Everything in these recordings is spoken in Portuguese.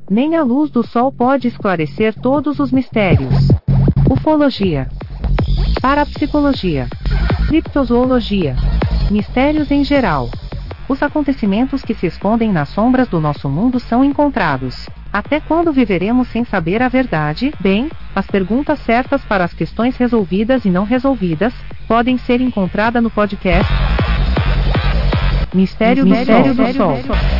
Nem a luz do sol pode esclarecer todos os mistérios. Ufologia, parapsicologia, criptozoologia, mistérios em geral. Os acontecimentos que se escondem nas sombras do nosso mundo são encontrados. Até quando viveremos sem saber a verdade? Bem, as perguntas certas para as questões resolvidas e não resolvidas podem ser encontradas no podcast Mistério do Sol.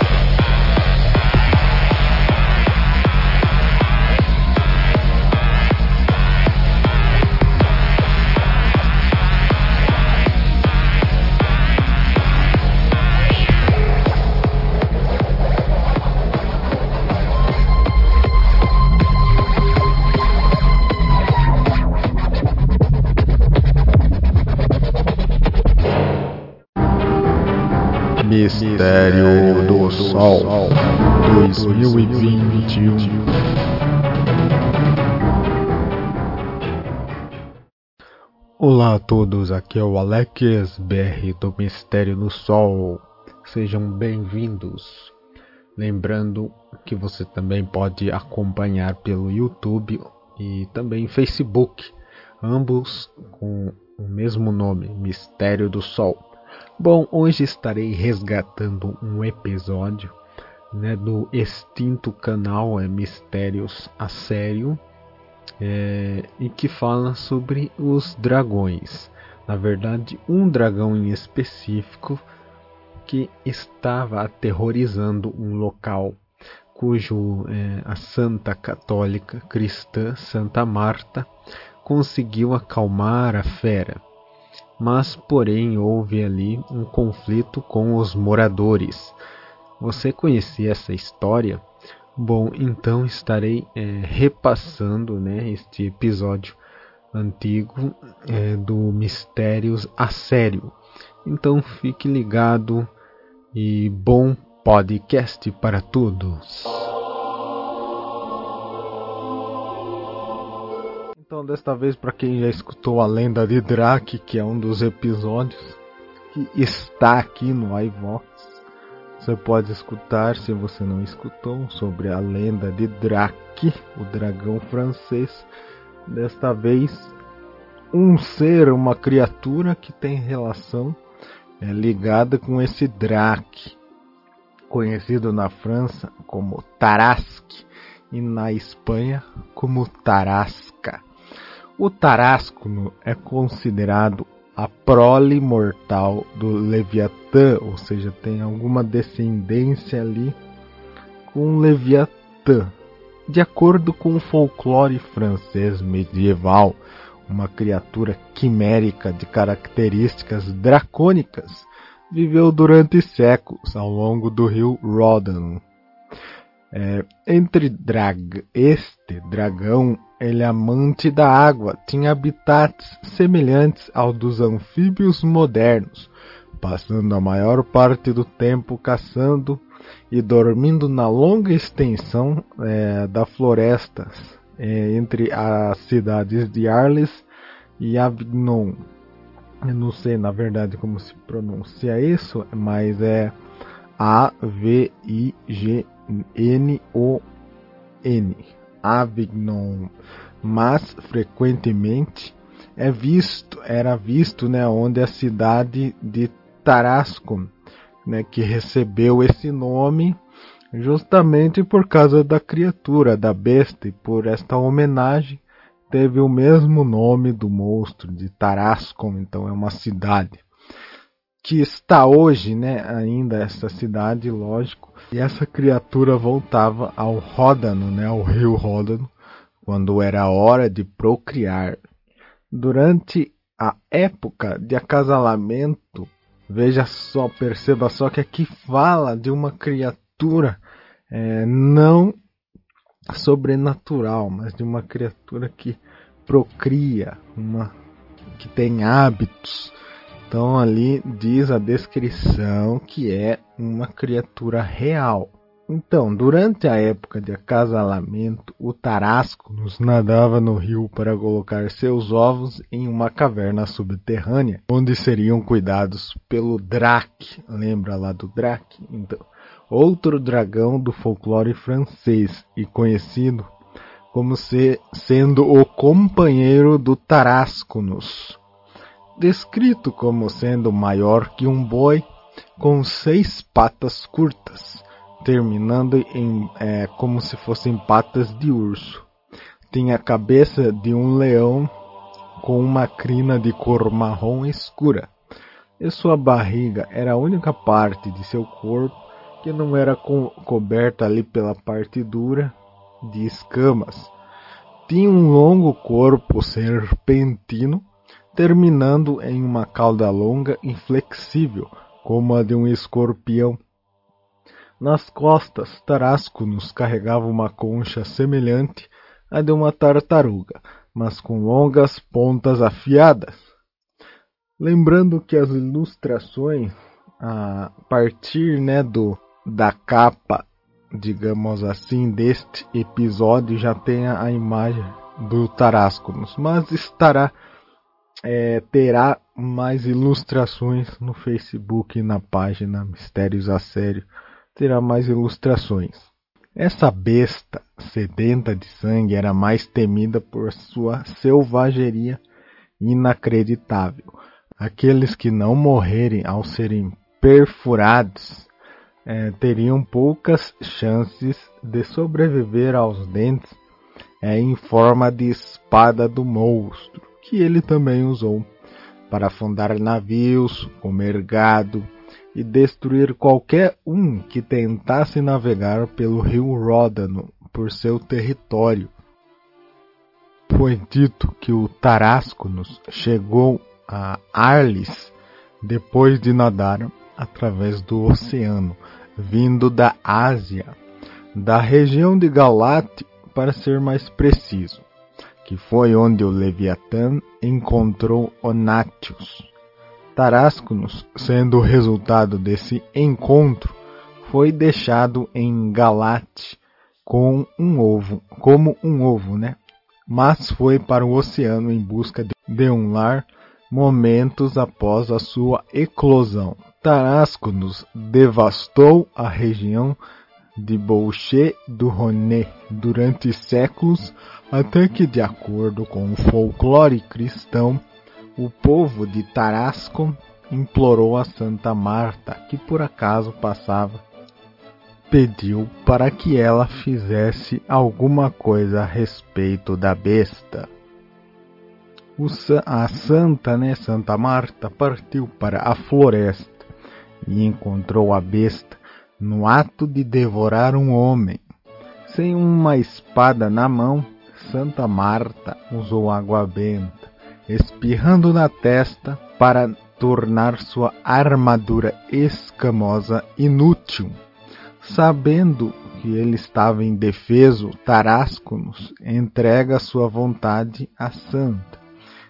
Mistério do Sol 2021. Olá a todos, aqui é o Alex BR do Mistério do Sol. Sejam bem-vindos. Lembrando que você também pode acompanhar pelo YouTube e também Facebook, ambos com o mesmo nome, Mistério do Sol. Bom, hoje estarei resgatando um episódio, do extinto canal Mistérios a Sério, e que fala sobre os dragões. Na verdade, um dragão em específico que estava aterrorizando um local cujo a Santa Católica Cristã Santa Marta conseguiu acalmar a fera. Mas, porém, houve ali um conflito com os moradores. Você conhecia essa história? Bom, então estarei repassando este episódio antigo do Mistérios a Sério. Então fique ligado e bom podcast para todos. Então, desta vez, para quem já escutou a lenda de Drake, que é um dos episódios que está aqui no iVox, você pode escutar, se você não escutou, sobre a lenda de Drake, o dragão francês. Desta vez, um ser, uma criatura que tem relação ligada com esse Drake, conhecido na França como Tarasque e na Espanha como Tarasca. O Tarasco é considerado a prole mortal do Leviatã, ou seja, tem alguma descendência ali com o Leviatã. De acordo com o folclore francês medieval, uma criatura quimérica de características dracônicas viveu durante séculos ao longo do rio Ródano. Este dragão, ele é amante da água, tinha habitats semelhantes ao dos anfíbios modernos, passando a maior parte do tempo caçando e dormindo na longa extensão da floresta entre as cidades de Arles e Avignon. Eu não sei, na verdade, como se pronuncia isso, mas é Avignon, Avignon, mas frequentemente era visto onde a cidade de Tarascon, que recebeu esse nome justamente por causa da criatura, da besta, e por esta homenagem teve o mesmo nome do monstro de Tarascon. Então é uma cidade que está hoje, ainda essa cidade, lógico, e essa criatura voltava ao Ródano, ao rio Ródano, quando era hora de procriar. Durante a época de acasalamento, perceba só que aqui fala de uma criatura não sobrenatural, mas de uma criatura que procria, que tem hábitos. Então ali diz a descrição que é uma criatura real. Então, durante a época de acasalamento, o Tarasco nadava no rio para colocar seus ovos em uma caverna subterrânea, onde seriam cuidados pelo Drake. Lembra lá do Drake? Então, outro dragão do folclore francês e conhecido como sendo o companheiro do Tarascunus. Descrito como sendo maior que um boi, com 6 patas curtas, terminando em como se fossem patas de urso. Tinha a cabeça de um leão com uma crina de cor marrom escura, e sua barriga era a única parte de seu corpo que não era coberta ali pela parte dura de escamas. Tinha um longo corpo serpentino, terminando em uma cauda longa e flexível, como a de um escorpião. Nas costas, Tarascunus carregava uma concha semelhante à de uma tartaruga, mas com longas pontas afiadas. Lembrando que as ilustrações, a partir da capa, digamos assim, deste episódio, já tem a imagem do Tarascunus, mas terá mais ilustrações no Facebook e na página Mistérios a Sério, terá mais ilustrações. Essa besta sedenta de sangue era mais temida por sua selvageria inacreditável. Aqueles que não morrerem ao serem perfurados teriam poucas chances de sobreviver aos dentes em forma de espada do monstro, que ele também usou para afundar navios, comer gado e destruir qualquer um que tentasse navegar pelo rio Ródano por seu território. Foi dito que o Tarascunus chegou a Arles depois de nadar através do oceano, vindo da Ásia, da região de Galate, para ser mais preciso, que foi onde o Leviatã encontrou Onatius. Tarascunus, sendo o resultado desse encontro, foi deixado em Galate como um ovo, mas foi para o oceano em busca de um lar momentos após a sua eclosão. Tarascunus devastou a região de Bouches-du-Rhône durante séculos, até que, de acordo com o folclore cristão, o povo de Tarascon implorou a Santa Marta, que por acaso passava, pediu para que ela fizesse alguma coisa a respeito da besta. Santa Marta partiu para a floresta e encontrou a besta no ato de devorar um homem. Sem uma espada na mão, Santa Marta usou água benta, espirrando na testa para tornar sua armadura escamosa inútil. Sabendo que ele estava indefeso, Tarascunus entrega sua vontade à santa,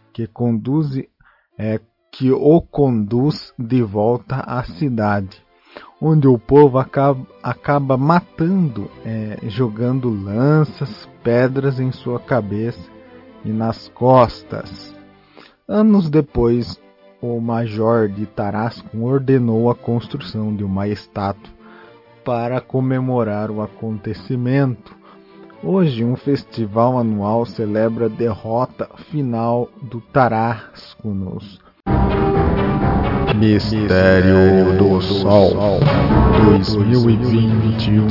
que o conduz de volta à cidade, onde o povo acaba matando, jogando lanças, pedras em sua cabeça e nas costas. Anos depois, o major de Tarascon ordenou a construção de uma estátua para comemorar o acontecimento. Hoje, um festival anual celebra a derrota final do Tarascunus. Mistério do Sol 2021.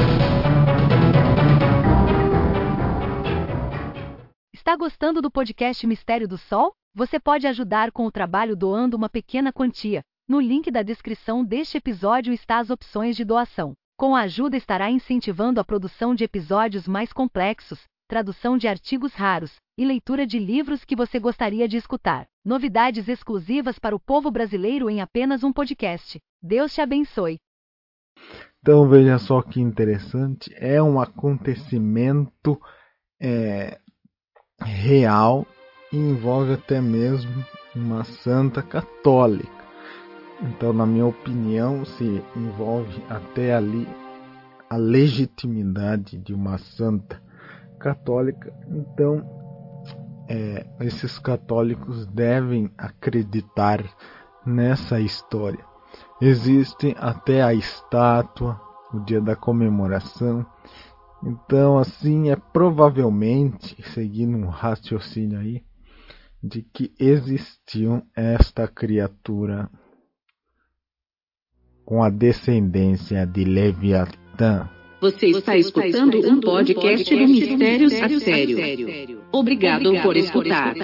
Está gostando do podcast Mistério do Sol? Você pode ajudar com o trabalho doando uma pequena quantia. No link da descrição deste episódio está as opções de doação. Com a ajuda estará incentivando a produção de episódios mais complexos, tradução de artigos raros e leitura de livros que você gostaria de escutar. Novidades exclusivas para o povo brasileiro em apenas um podcast. Deus te abençoe. Então veja só que interessante, é um acontecimento real e envolve até mesmo uma santa católica. Então, na minha opinião, se envolve até ali a legitimidade de uma santa católica. Então, esses católicos devem acreditar nessa história. Existe até a estátua, o dia da comemoração. Então, assim, é provavelmente, seguindo um raciocínio aí, de que existiu esta criatura com a descendência de Leviatã. Você está escutando um podcast do Mistérios a Sério. Obrigado por escutar.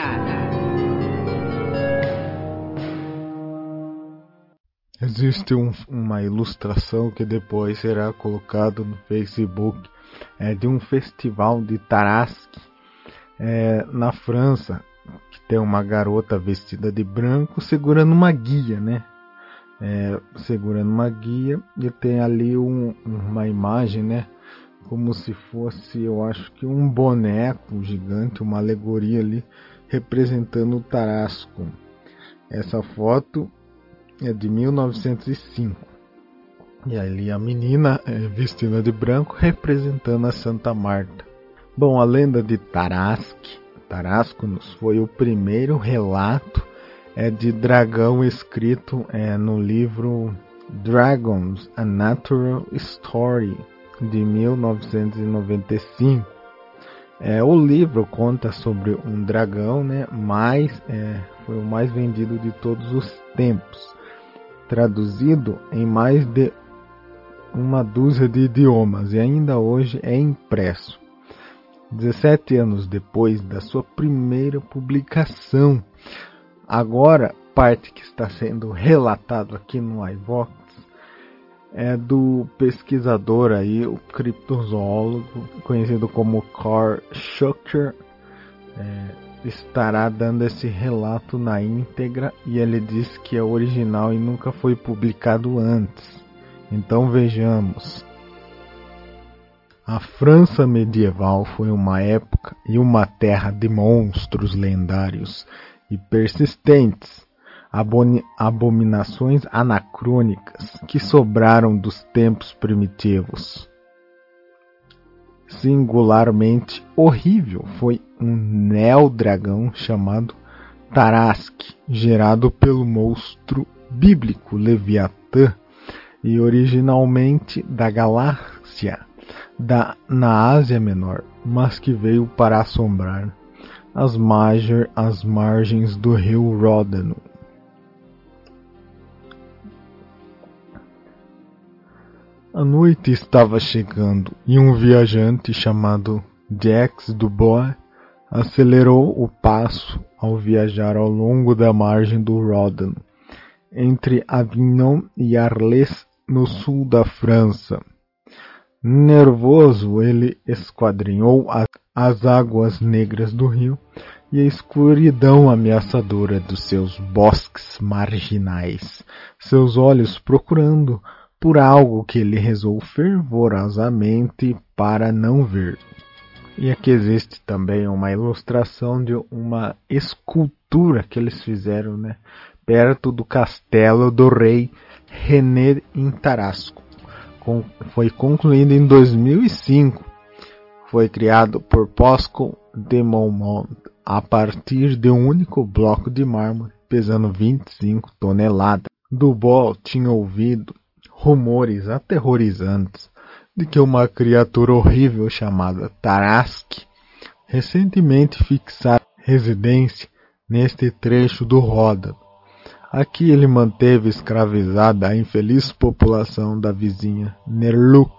Existe uma ilustração que depois será colocada no Facebook, de um festival de Tarasque, na França, que tem uma garota vestida de branco segurando uma guia, né? Segurando uma guia, e tem ali uma imagem, né? Como se fosse, eu acho que um boneco gigante, uma alegoria ali, representando o Tarasco. Essa foto é de 1905. E ali a menina vestida de branco representando a Santa Marta. Bom, a lenda de Tarasco foi o primeiro relato de dragão escrito no livro Dragons: A Natural Story, de 1995. O livro conta sobre um dragão, né, mas foi o mais vendido de todos os tempos, traduzido em mais de uma dúzia de idiomas e ainda hoje é impresso. 17 anos depois da sua primeira publicação, agora, parte que está sendo relatado aqui no iVox é do pesquisador aí, o criptozoólogo conhecido como Carl Schucker, estará dando esse relato na íntegra, e ele diz que é original e nunca foi publicado antes. Então vejamos. A França medieval foi uma época e uma terra de monstros lendários e persistentes, abominações anacrônicas que sobraram dos tempos primitivos. Singularmente horrível foi um neo-dragão chamado Tarasque, gerado pelo monstro bíblico Leviatã, e originalmente da galáxia na Ásia Menor, mas que veio para assombrar as margens do rio Ródano. A noite estava chegando e um viajante chamado Jacques Dubois acelerou o passo ao viajar ao longo da margem do Ródano, entre Avignon e Arles, no sul da França. Nervoso, ele esquadrinhou as águas negras do rio e a escuridão ameaçadora dos seus bosques marginais, seus olhos procurando por algo que ele rezou fervorosamente para não ver. E aqui existe também uma ilustração de uma escultura que eles fizeram, né, perto do castelo do rei René em Tarasco. Foi concluído em 2005. Foi criado por Pascal de Montmont a partir de um único bloco de mármore pesando 25 toneladas. Dubois tinha ouvido rumores aterrorizantes de que uma criatura horrível chamada Tarasque recentemente fixara residência neste trecho do Ródano. Aqui ele manteve escravizada a infeliz população da vizinha Nerluc,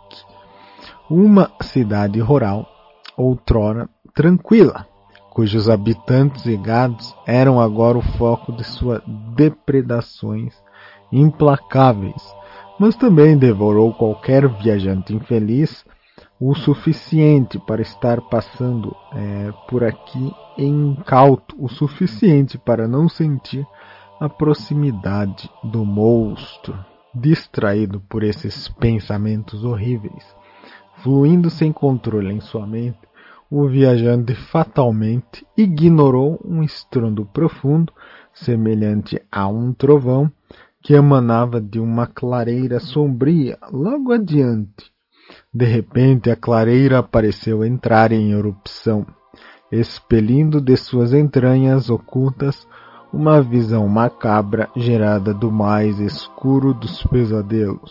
uma cidade rural, outrora tranquila, cujos habitantes e gados eram agora o foco de suas depredações implacáveis, mas também devorou qualquer viajante infeliz o suficiente para estar passando por aqui incauto, o suficiente para não sentir a proximidade do monstro. Distraído por esses pensamentos horríveis, fluindo sem controle em sua mente, o viajante fatalmente ignorou um estrondo profundo, semelhante a um trovão, que emanava de uma clareira sombria logo adiante. De repente, a clareira pareceu entrar em erupção, expelindo de suas entranhas ocultas uma visão macabra gerada do mais escuro dos pesadelos.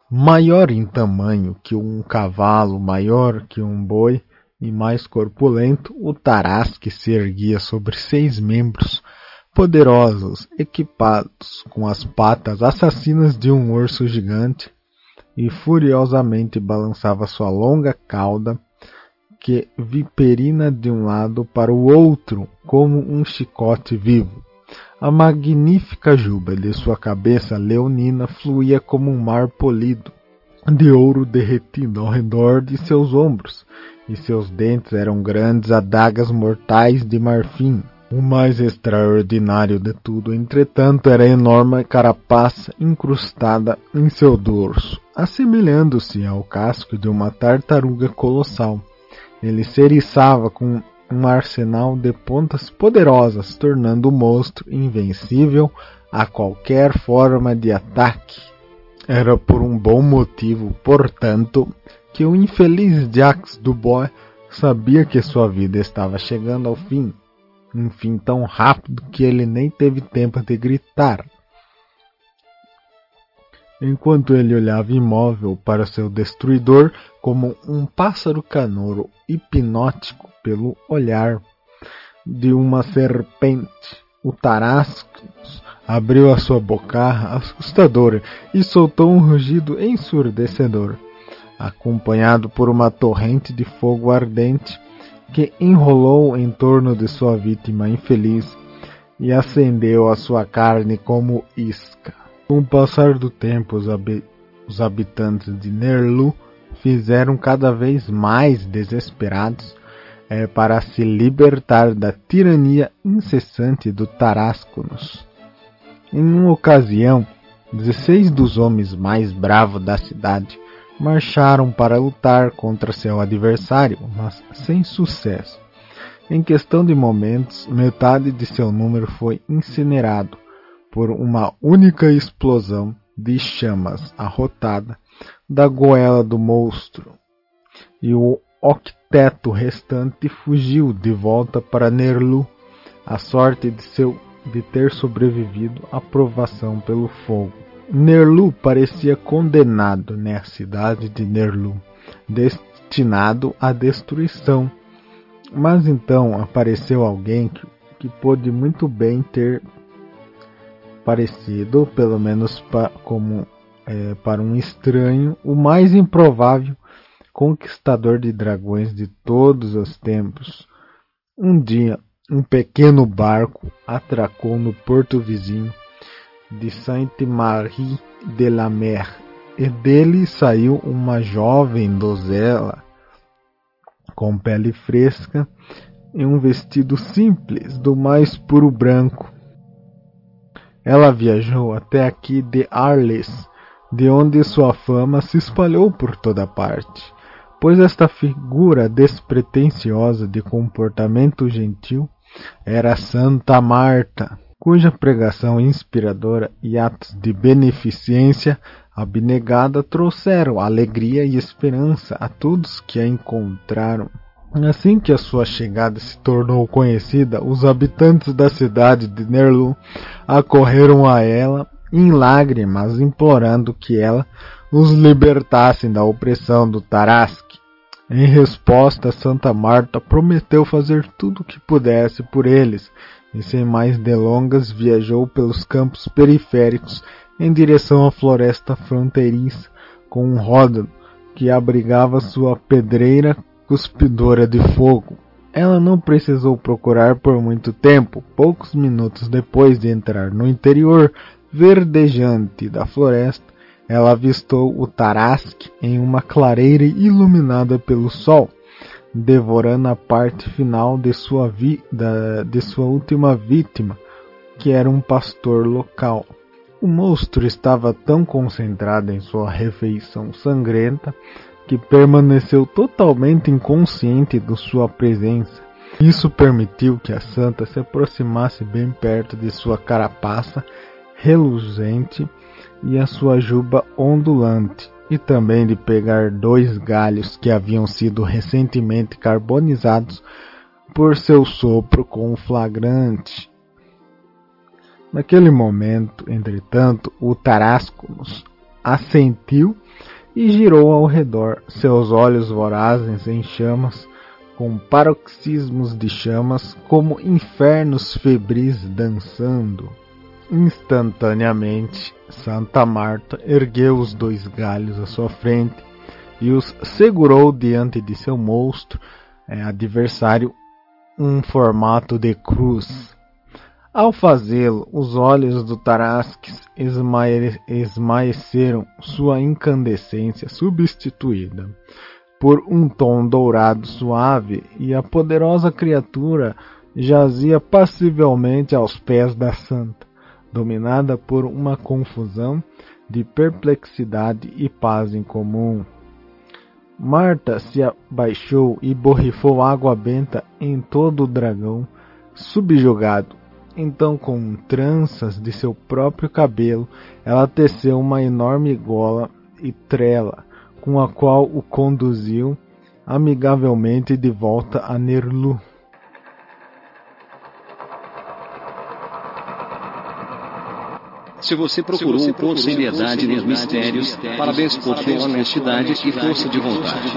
Maior em tamanho que um cavalo, maior que um boi e mais corpulento, o Tarasque se erguia sobre 6 membros poderosos, equipados com as patas assassinas de um urso gigante, e furiosamente balançava sua longa cauda, que viperina de um lado para o outro como um chicote vivo. A magnífica juba de sua cabeça leonina fluía como um mar polido, de ouro derretido ao redor de seus ombros, e seus dentes eram grandes adagas mortais de marfim. O mais extraordinário de tudo, entretanto, era a enorme carapaça incrustada em seu dorso, assemelhando-se ao casco de uma tartaruga colossal. Ele se eriçava com um arsenal de pontas poderosas, tornando o monstro invencível a qualquer forma de ataque. Era por um bom motivo, portanto, que o infeliz Jacques Dubois sabia que sua vida estava chegando ao fim, um fim tão rápido que ele nem teve tempo de gritar. Enquanto ele olhava imóvel para seu destruidor, como um pássaro canouro hipnótico pelo olhar de uma serpente, o Tarascos abriu a sua bocarra assustadora e soltou um rugido ensurdecedor, acompanhado por uma torrente de fogo ardente que enrolou em torno de sua vítima infeliz e acendeu a sua carne como isca. Com o passar do tempo, os habitantes de Nerlu fizeram cada vez mais desesperados para se libertar da tirania incessante do Tarasconos. Em uma ocasião, 16 dos homens mais bravos da cidade marcharam para lutar contra seu adversário, mas sem sucesso. Em questão de momentos, metade de seu número foi incinerado por uma única explosão de chamas arrotada da goela do monstro, e o octeto restante fugiu de volta para Nerlu. A sorte de ter sobrevivido à provação pelo fogo. Nerlu parecia condenado, a cidade de Nerlu, destinado à destruição. Mas então apareceu alguém que pôde muito bem ter parecido, pelo menos para um estranho, o mais improvável conquistador de dragões de todos os tempos. Um dia, um pequeno barco atracou no porto vizinho de Sainte-Marie de la Mer, e dele saiu uma jovem donzela com pele fresca e um vestido simples do mais puro branco. Ela viajou até aqui de Arles, de onde sua fama se espalhou por toda parte, pois esta figura despretensiosa de comportamento gentil era Santa Marta, cuja pregação inspiradora e atos de beneficência abnegada trouxeram alegria e esperança a todos que a encontraram. Assim que a sua chegada se tornou conhecida, os habitantes da cidade de Nerlu acorreram a ela em lágrimas, implorando que ela os libertasse da opressão do Tarasque. Em resposta, Santa Marta prometeu fazer tudo o que pudesse por eles, e sem mais delongas viajou pelos campos periféricos em direção à floresta fronteiriça, com um ródano que abrigava sua pedreira cuspidora de fogo. Ela não precisou procurar por muito tempo. Poucos minutos depois de entrar no interior verdejante da floresta, ela avistou o Tarasque em uma clareira iluminada pelo sol, devorando a parte final de sua última vítima, que era um pastor local. O monstro estava tão concentrado em sua refeição sangrenta que permaneceu totalmente inconsciente de sua presença. Isso permitiu que a santa se aproximasse bem perto de sua carapaça reluzente e a sua juba ondulante, e também de pegar 2 galhos que haviam sido recentemente carbonizados por seu sopro com flagrante. Naquele momento, entretanto, o Tarasconos assentiu e girou ao redor, seus olhos vorazes em chamas, com paroxismos de chamas, como infernos febris dançando. Instantaneamente, Santa Marta ergueu os 2 galhos à sua frente e os segurou diante de seu monstro, adversário, um formato de cruz. Ao fazê-lo, os olhos do Tarasque esmaeceram, sua incandescência substituída por um tom dourado suave, e a poderosa criatura jazia passivelmente aos pés da santa, dominada por uma confusão de perplexidade e paz em comum. Marta se abaixou e borrifou água benta em todo o dragão, subjugado. Então, com tranças de seu próprio cabelo, ela teceu uma enorme gola e trela, com a qual o conduziu amigavelmente de volta a Nerlu. Se você procurou com seriedade nos mistérios, parabéns por sua honestidade e força de vontade.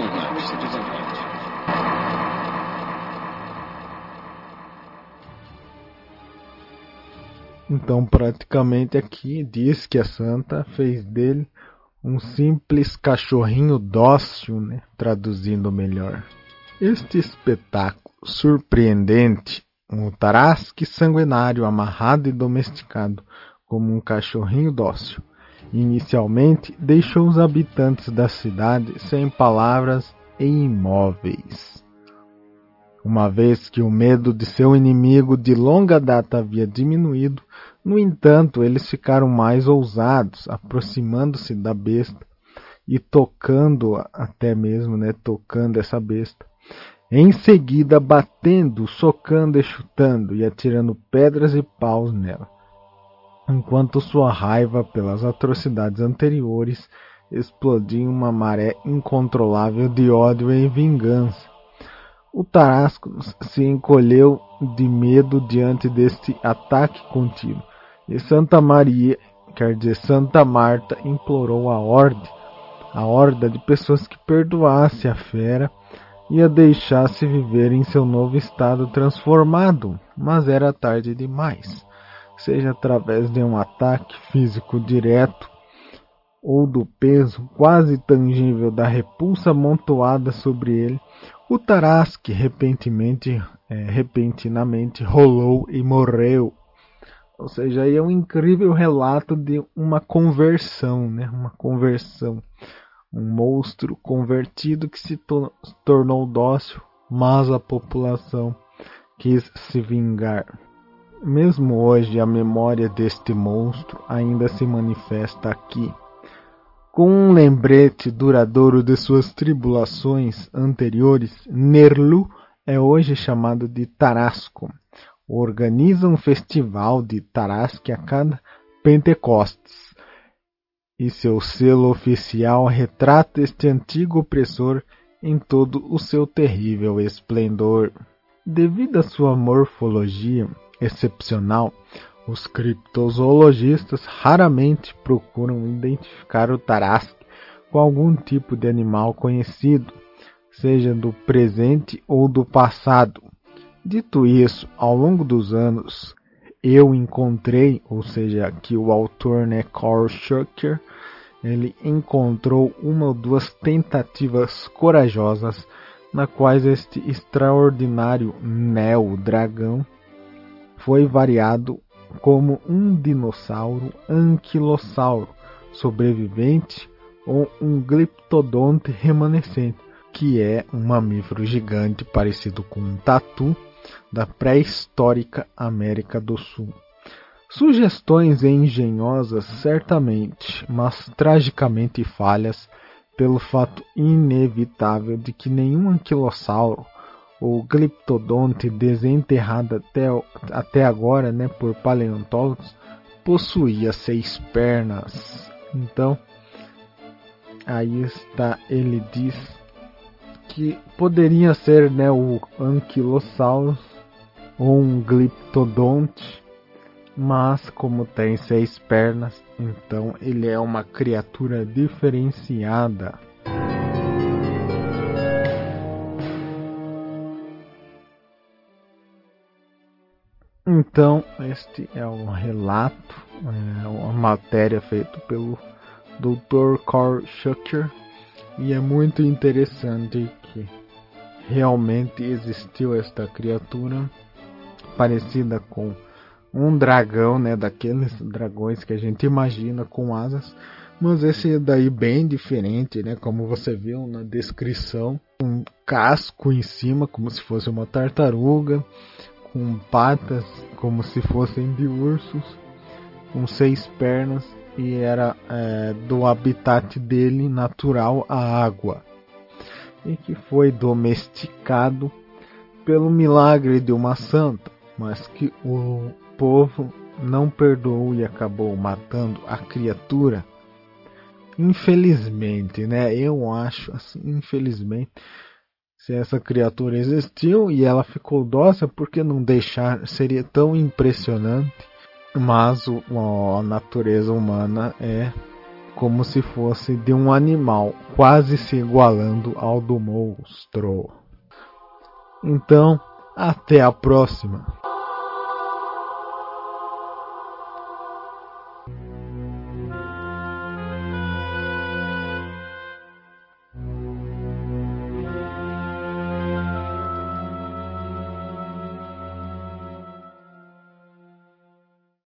Então, praticamente aqui diz que a santa fez dele um simples cachorrinho dócil, né? Traduzindo melhor. Este espetáculo surpreendente, um Tarasque sanguinário amarrado e domesticado como um cachorrinho dócil, inicialmente deixou os habitantes da cidade sem palavras e imóveis. Uma vez que o medo de seu inimigo de longa data havia diminuído, no entanto, eles ficaram mais ousados, aproximando-se da besta e tocando, até mesmo, tocando essa besta. Em seguida, batendo, socando e chutando e atirando pedras e paus nela, enquanto sua raiva pelas atrocidades anteriores explodia em uma maré incontrolável de ódio e vingança. O Tarasque se encolheu de medo diante deste ataque contínuo, e Santa Marta implorou a horda de pessoas que perdoasse a fera e a deixasse viver em seu novo estado transformado, mas era tarde demais. Seja através de um ataque físico direto ou do peso quase tangível da repulsa amontoada sobre ele, o Tarasque repentinamente rolou e morreu. Ou seja, aí é um incrível relato de uma conversão, uma conversão. Um monstro convertido que se tornou dócil, mas a população quis se vingar. Mesmo hoje, a memória deste monstro ainda se manifesta aqui. Com um lembrete duradouro de suas tribulações anteriores, Nerlu é hoje chamado de Tarasco. Organiza um festival de Tarasque a cada Pentecostes, e seu selo oficial retrata este antigo opressor em todo o seu terrível esplendor. Devido à sua morfologia excepcional, os criptozoologistas raramente procuram identificar o Tarasque com algum tipo de animal conhecido, seja do presente ou do passado. Dito isso, ao longo dos anos, eu encontrei, ou seja, que o autor Carl Schucker, ele encontrou uma ou duas tentativas corajosas na quais este extraordinário neo-dragão foi variado como um dinossauro anquilossauro sobrevivente ou um gliptodonte remanescente, que é um mamífero gigante parecido com um tatu da pré-histórica América do Sul. Sugestões engenhosas certamente, mas tragicamente falhas pelo fato inevitável de que nenhum anquilossauro ou gliptodonte desenterrado até agora, por paleontólogos, possuía 6 pernas. Então, aí está, ele diz que poderia ser o anquilossauro ou um gliptodonte, mas como tem 6 pernas, então ele é uma criatura diferenciada. Então, este é um relato, uma matéria feita pelo Dr. Carl Schucker, e é muito interessante que realmente existiu esta criatura parecida com um dragão, né, daqueles dragões que a gente imagina com asas, mas esse daí bem diferente, né, como você viu na descrição, um casco em cima como se fosse uma tartaruga, com patas como se fossem de ursos, com 6 pernas, e era do habitat dele natural a água, e que foi domesticado pelo milagre de uma santa, mas que o povo não perdoou e acabou matando a criatura. Infelizmente, né? Eu acho assim, infelizmente, se essa criatura existiu e ela ficou dócil, por que não deixar? Seria tão impressionante. Mas a natureza humana é como se fosse de um animal, quase se igualando ao do monstro. Então, até a próxima.